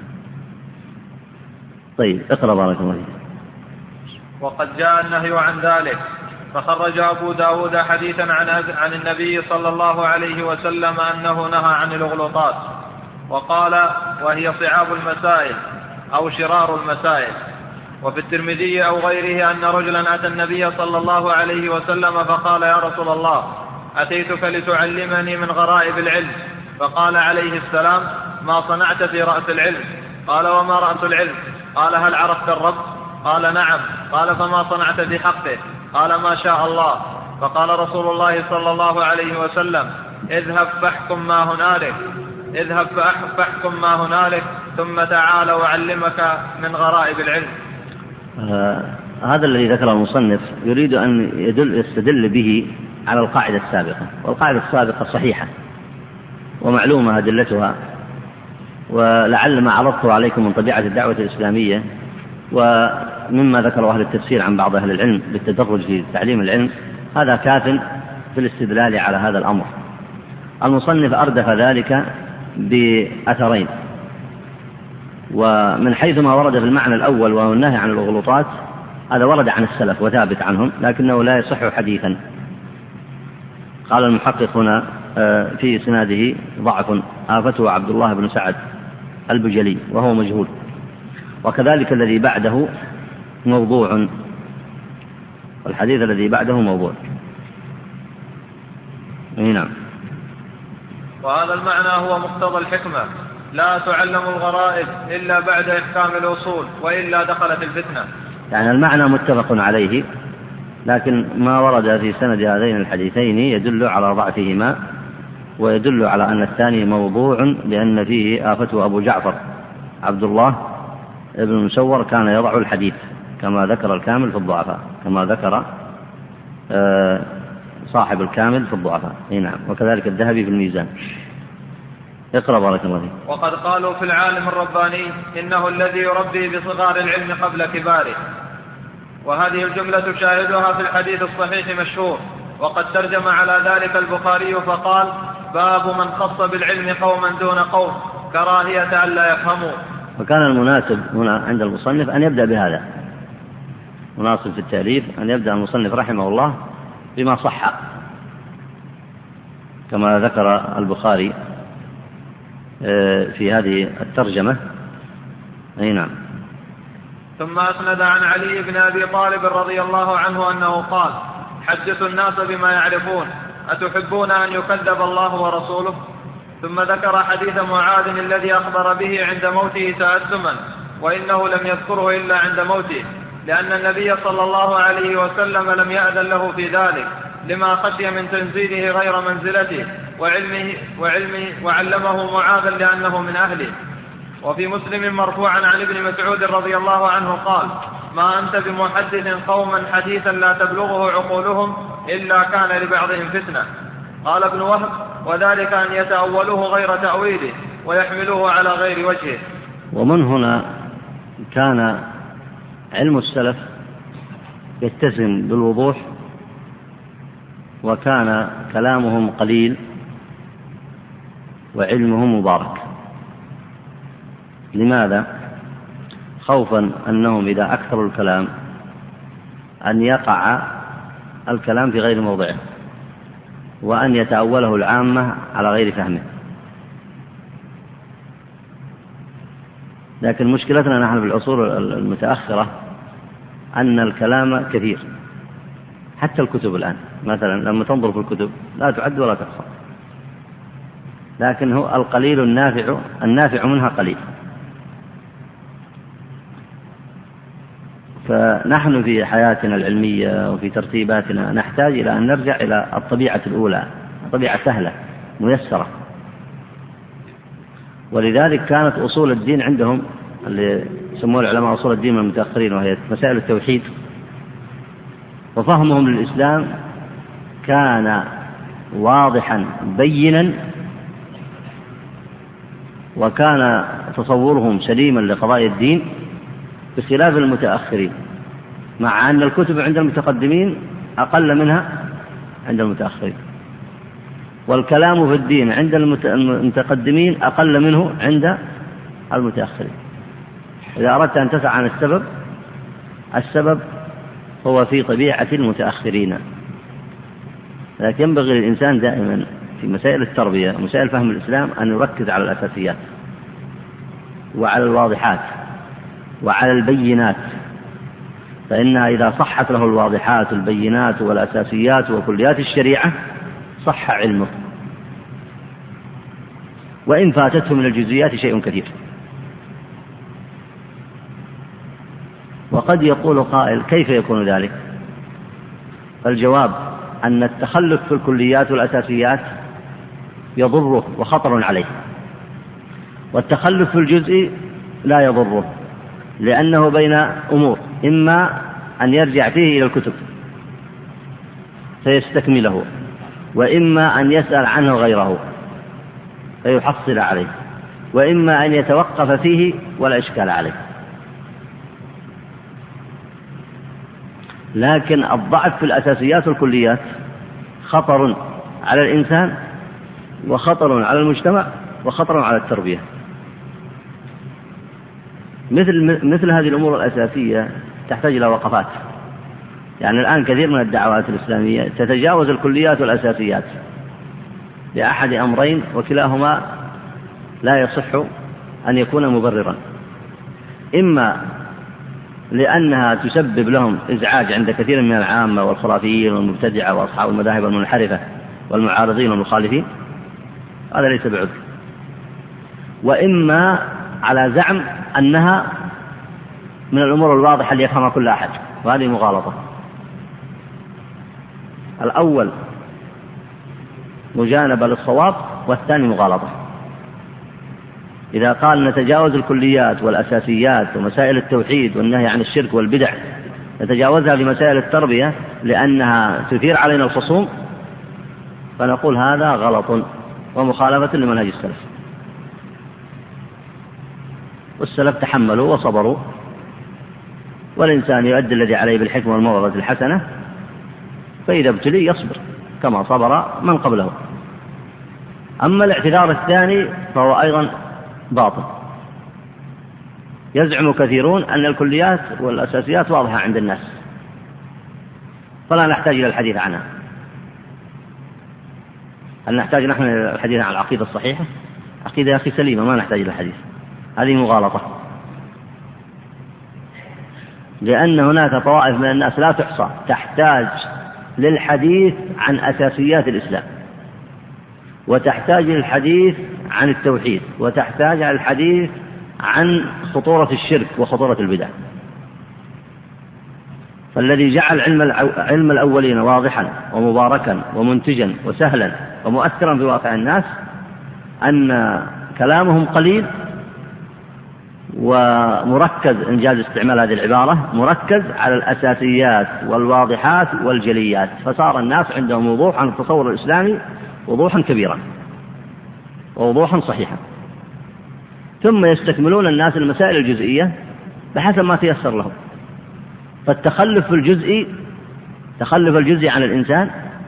طيب اقرأ بارك الله فيك. وقد جاء النهي عن ذلك، فخرج أبو داود حديثا عن عن النبي صلى الله عليه وسلم أنه نهى عن الأغلوطات، وقال وهي صعاب المسائل أو شرار المسائل. وفي الترمذي أو غيره أن رجلا أتى النبي صلى الله عليه وسلم فقال يا رسول الله أتيتك لتعلمني من غرائب العلم، فقال عليه السلام ما صنعت في رأس العلم؟ قال وما رأس العلم؟ قال هل عرفت الرب؟ قال نعم. قال فما صنعت في حقه؟ قال ما شاء الله. فقال رسول الله صلى الله عليه وسلم اذهب فاحكم ما هنالك اذهب فاحكم ما هنالك ثم تعال وأعلمك من غرائب العلم. آه هذا الذي ذكره المصنف يريد أن يدل يستدل به على القاعدة السابقة، والقاعدة السابقة صحيحة ومعلومة أدلتها، ولعل ما عرضته عليكم من طبيعة الدعوة الإسلامية ومما ذكر أهل التفسير عن بعض أهل العلم بالتدرج في تعليم العلم هذا كاف في الاستدلال على هذا الأمر. المصنف أردف ذلك بأثرين، ومن حيث ما ورد في المعنى الأول وهو النهي عن الغلوطات هذا ورد عن السلف وثابت عنهم، لكنه لا يصح حديثا. قال المحقق هنا في سناده ضعف، آفته عبد الله بن سعد البجلي وهو مجهول، وكذلك الذي بعده موضوع، والحديث الذي بعده موضوع. نعم. وهذا المعنى هو مقتضى الحكمة، لا تعلم الغرائب إلا بعد إحكام الأصول وإلا دخلت الفتنة. يعني المعنى متفق عليه، لكن ما ورد في سند هذين الحديثين يدل على ضعفهما، ويدل على أن الثاني موضوع لأن فيه آفته أبو جعفر عبد الله ابن المسور كان يضع الحديث كما ذكر الكامل في الضعفاء، كما ذكر صاحب الكامل في الضعفاء. نعم. وكذلك الذهبي في الميزان. اقرأ بارك الله فيك. وقد قالوا في العالم الرباني إنه الذي يربي بصغار العلم قبل كباره، وهذه الجملة شاهدها في الحديث الصحيح مشهور، وقد ترجم على ذلك البخاري فقال باب من خص بالعلم قوما دون قوم كراهية أن لا يفهموا. وكان المناسب هنا عند المصنف أن يبدأ بهذا، مناسب في التأليف أن يبدأ المصنف رحمه الله بما صح كما ذكر البخاري في هذه الترجمة. أي نعم. ثم أسند عن علي بن أبي طالب رضي الله عنه أنه قال حدثوا الناس بما يعرفون أتحبون أن يكذب الله ورسوله؟ ثم ذكر حديث معاذ الذي أخبر به عند موته تأثما، وإنه لم يذكره إلا عند موته، لأن النبي صلى الله عليه وسلم لم يأذن له في ذلك لما خشي من تنزيله غير منزلته وعلمه, وعلمه وعلمه معاذا لأنه من أهله. وفي مسلم مرفوعا عن ابن مسعود رضي الله عنه قال: ما أنت بمحدث قوما حديثا لا تبلغه عقولهم إلا كان لبعضهم فتنة. قال ابن وهب: وذلك أن يتأولوه غير تأويله ويحملوه على غير وجهه. ومن هنا كان علم السلف يتسم بالوضوح، وكان كلامهم قليل وعلمهم مبارك. لماذا؟ خوفا أنهم إذا أكثروا الكلام أن يقع الكلام في غير موضعه، وأن يتأوله العامة على غير فهمه. لكن مشكلتنا نحن في العصور المتأخرة أن الكلام كثير، حتى الكتب الآن مثلا لما تنظر في الكتب لا تعد ولا تحصى، لكن هو القليل النافع النافع منها قليل. فنحن في حياتنا العلمية وفي ترتيباتنا نحتاج إلى أن نرجع إلى الطبيعة الأولى، طبيعة سهلة ميسرة. ولذلك كانت أصول الدين عندهم اللي سموه العلماء أصول الدين من المتأخرين، وهي مسائل التوحيد، وفهمهم للإسلام كان واضحا بينا، وكان تصورهم سليما لقضايا الدين بخلاف المتأخرين، مع أن الكتب عند المتقدمين أقل منها عند المتأخرين، والكلام في الدين عند المتقدمين أقل منه عند المتأخرين. إذا أردت أن تسأل عن السبب، السبب هو في طبيعة المتأخرين. لكن ينبغي للإنسان دائما في مسائل التربية ومسائل فهم الإسلام أن يركز على الأساسيات وعلى الواضحات وعلى البينات، فإنها إذا صحت له الواضحات والبينات والأساسيات وكليات الشريعة صح علمه، وإن فاتته من الجزئيات شيء كثير. وقد يقول قائل: كيف يكون ذلك؟ فالجواب أن التخلف في الكليات والأساسيات يضره وخطر عليه، والتخلف في الجزء لا يضره، لأنه بين أمور: إما أن يرجع فيه إلى الكتب فيستكمله، وإما أن يسأل عنه غيره فيحصل عليه، وإما أن يتوقف فيه ولا إشكال عليه. لكن الضعف في الأساسيات والكليات خطر على الإنسان، وخطر على المجتمع، وخطر على التربية. مثل مثل هذه الأمور الأساسية تحتاج إلى وقفات. يعني الآن كثير من الدعوات الإسلامية تتجاوز الكليات والأساسيات لأحد أمرين، وكلاهما لا يصح أن يكون مبررا: إما لأنها تسبب لهم إزعاج عند كثير من العامة والخرافيين والمبتدعة وأصحاب المذاهب المنحرفة والمعارضين والمخالفين، هذا ليس بعذر، وإما على زعم أنها من الأمور الواضحة اللي يفهمها كل أحد، وهذه مغالطة. الأول مجانبة للصواب، والثاني مغالطة. إذا قال نتجاوز الكليات والأساسيات ومسائل التوحيد والنهي عن الشرك والبدع، نتجاوزها لمسائل التربية لأنها تثير علينا الخصوم، فنقول هذا غلط ومخالفة لمنهج السلف. والسلف تحملوا وصبروا، والإنسان يؤدي الذي عليه بالحكمة والموعظة الحسنة، فإذا ابتلي يصبر كما صبر من قبله. أما الاعتذار الثاني فهو أيضا باطل. يزعم كثيرون أن الكليات والأساسيات واضحة عند الناس فلا نحتاج إلى الحديث عنها. هل نحتاج نحن إلى الحديث عن العقيدة الصحيحة؟ عقيدة يا أخي سليمة، ما نحتاج إلى الحديث. هذه مغالطة، لأن هناك طوائف من الناس لا تحصى تحتاج للحديث عن أساسيات الإسلام، وتحتاج للحديث عن التوحيد، وتحتاج على الحديث عن خطورة الشرك وخطورة البدع. فالذي جعل علم علم الأولين واضحا ومباركا ومنتجا وسهلا ومؤثرا في واقع الناس أن كلامهم قليل ومركز، إنجاز استعمال هذه العبارة، مركز على الأساسيات والواضحات والجليات، فصار الناس عندهم وضوح عن التصور الإسلامي، وضوحا كبيرا ووضوحا صحيحا. ثم يستكملون الناس المسائل الجزئية بحسب ما تيسر لهم. فالتخلف في الجزئي، تخلف الجزئي عن الإنسان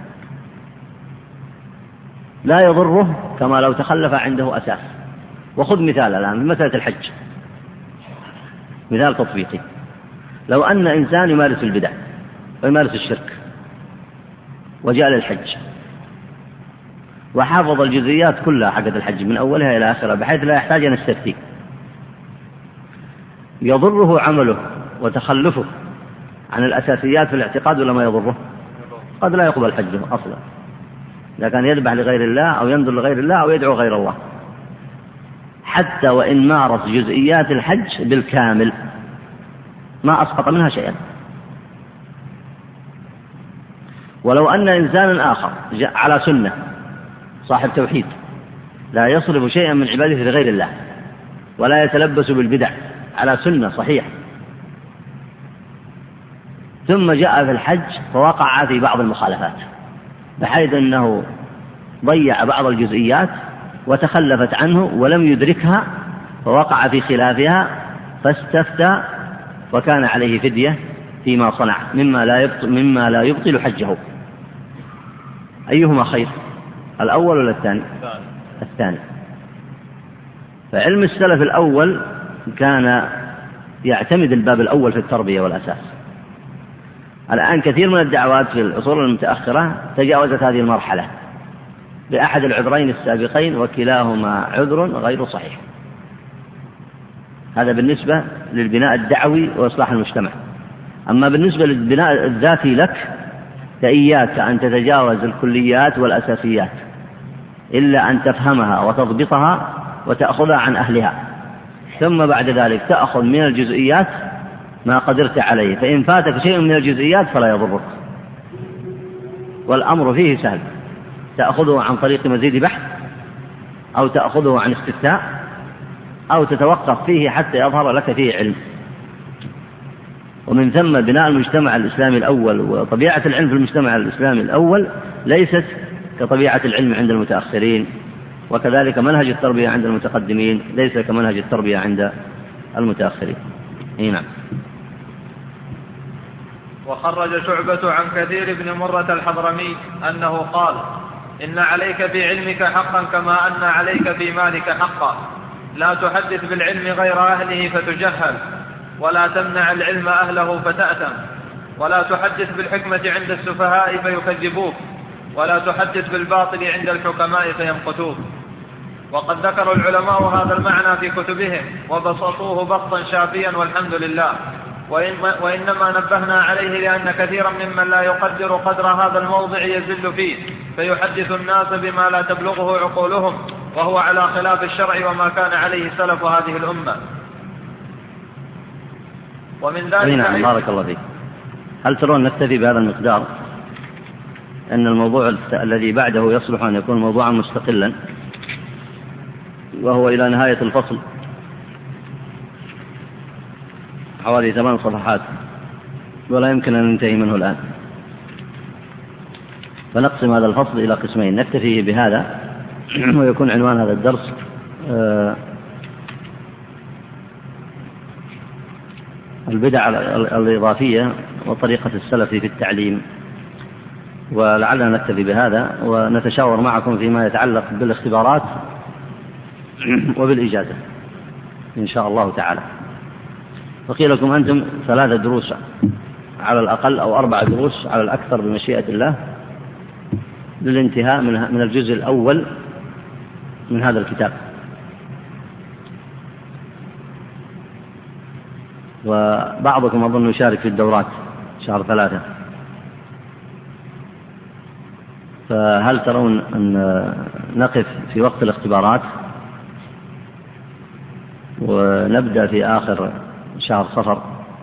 لا يضره كما لو تخلف عنده أساس. وخذ مثال الآن في مسألة الحج، مثال تطبيقي. لو أن إنسان يمارس البدع ويمارس الشرك وجاء للحج وحافظ الجزئيات كلها حقت الحج من أولها إلى آخرها بحيث لا يحتاج أن يستفتي، يضره عمله وتخلفه عن الأساسيات في الاعتقاد ولا ما يضره؟ قد لا يقبل حجه أصلا إذا كان يذبح لغير الله أو ينذر لغير الله أو يدعو غير الله، حتى وإن مارس جزئيات الحج بالكامل ما أسقط منها شيئا. ولو أن إنسانا آخر على سنة صاحب توحيد لا يصرف شيئا من عبادته لغير الله ولا يتلبس بالبدع، على سنة صحيح، ثم جاء في الحج فوقع في بعض المخالفات بحيث أنه ضيع بعض الجزئيات وتخلفت عنه ولم يدركها فوقع في خلافها فاستفتى وكان عليه فدية فيما صنع مما لا يبطل, مما لا يبطل حجه. أيهما خير، الأول ولا الثاني؟ الثاني. فعلم السلف الأول كان يعتمد الباب الأول في التربية والأساس. الآن كثير من الدعوات في العصور المتأخرة تجاوزت هذه المرحلة بأحد العذرين السابقين وكلاهما عذر غير صحيح. هذا بالنسبة للبناء الدعوي وإصلاح المجتمع. أما بالنسبة للبناء الذاتي لك فإياك أن تتجاوز الكليات والأساسيات إلا أن تفهمها وتضبطها وتأخذها عن أهلها، ثم بعد ذلك تأخذ من الجزئيات ما قدرت عليه، فإن فاتك شيء من الجزئيات فلا يضرك، والأمر فيه سهل، تأخذه عن طريق مزيد بحث أو تأخذه عن استفتاء أو تتوقف فيه حتى يظهر لك فيه علم. ومن ثم بناء المجتمع الإسلامي الأول وطبيعة العلم في المجتمع الإسلامي الأول ليست كطبيعة العلم عند المتأخرين، وكذلك منهج التربية عند المتقدمين ليس كمنهج التربية عند المتأخرين. نعم. وخرج شعبة عن كثير بن مرة الحضرمي أنه قال: إن عليك في علمك حقا كما أن عليك في مالك حقا، لا تحدث بالعلم غير أهله فتجهل، ولا تمنع العلم أهله فتأثم، ولا تحدث بالحكمة عند السفهاء فيكذبوك، ولا تحدث بالباطل عند الحكماء فيمقتوك. وقد ذكر العلماء هذا المعنى في كتبهم وبسطوه بسطا شافيا والحمد لله، وإنما نبهنا عليه لأن كثيرا ممن لا يقدر قدر هذا الموضع يزل فيه فيحدث الناس بما لا تبلغه عقولهم، وهو على خلاف الشرع وما كان عليه سلف هذه الأمة. ومن ذلك نعم. بارك الله فيك. هل ترون نكتفي بهذا المقدار؟ أن الموضوع الذي بعده يصلح أن يكون موضوعا مستقلا، وهو إلى نهاية الفصل حوالي ثمان صفحات ولا يمكن أن ننتهي منه الآن، فنقسم هذا الفصل إلى قسمين نكتفي بهذا ويكون عنوان هذا الدرس آه البدع الإضافية وطريقة السلف في التعليم، ولعلنا نكتفي بهذا ونتشاور معكم فيما يتعلق بالاختبارات وبالإجازة إن شاء الله تعالى. وقيل لكم أنتم ثلاثة دروس على الأقل أو أربع دروس على الأكثر بمشيئة الله للانتهاء من الجزء الأول من هذا الكتاب. وبعضكم أظن يشارك في الدورات شهر ثلاثة، فهل ترون أن نقف في وقت الاختبارات ونبدأ في آخر شهر صفر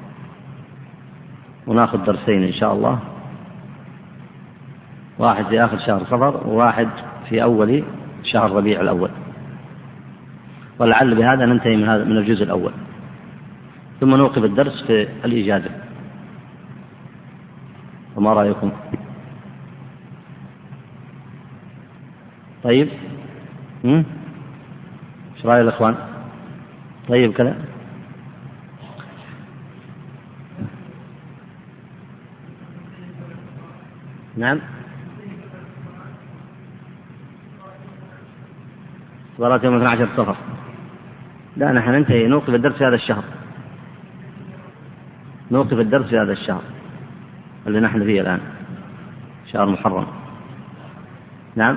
ونأخذ درسين إن شاء الله، واحد في آخر شهر صفر وواحد في أول شهر ربيع الأول، ولعل بهذا ننتهي من هذا من الجزء الأول، ثم نوقف الدرس في الإجازة. وما رأيكم؟ طيب، ايش رأي الإخوان؟ طيب كذا. نعم، صلاة يوم اثني عشر صفر. لا، نحن ننتهي نوقف الدرس في هذا الشهر، نوقف الدرس في هذا الشهر اللي نحن فيه الآن، شهر محرم. نعم،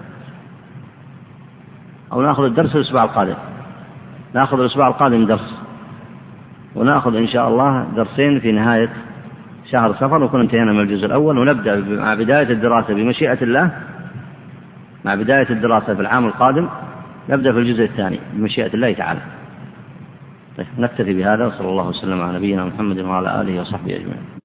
أو نأخذ الدرس الأسبوع القادم، نأخذ الأسبوع القادم درس، ونأخذ إن شاء الله درسين في نهاية شهر صفر، ونكون انتهينا من الجزء الأول، ونبدأ مع بداية الدراسة بمشيئة الله، مع بداية الدراسة في العام القادم نبدأ في الجزء الثاني بمشيئة الله تعالى. طيب، نكتفي بهذا، وصلى الله وسلم على نبينا محمد وعلى آله وصحبه أجمعين.